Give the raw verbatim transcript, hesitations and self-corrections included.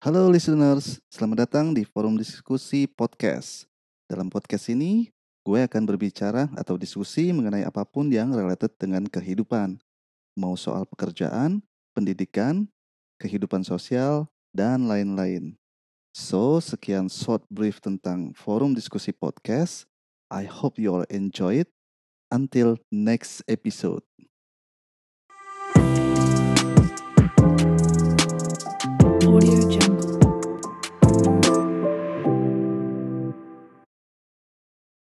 Halo listeners, selamat datang di Forum Diskusi Podcast. Dalam podcast ini, gue akan berbicara atau diskusi mengenai apapun yang related dengan kehidupan. Mau soal pekerjaan, pendidikan, kehidupan sosial, dan lain-lain. So, sekian short brief tentang Forum Diskusi Podcast. I hope you all enjoy it. Until next episode.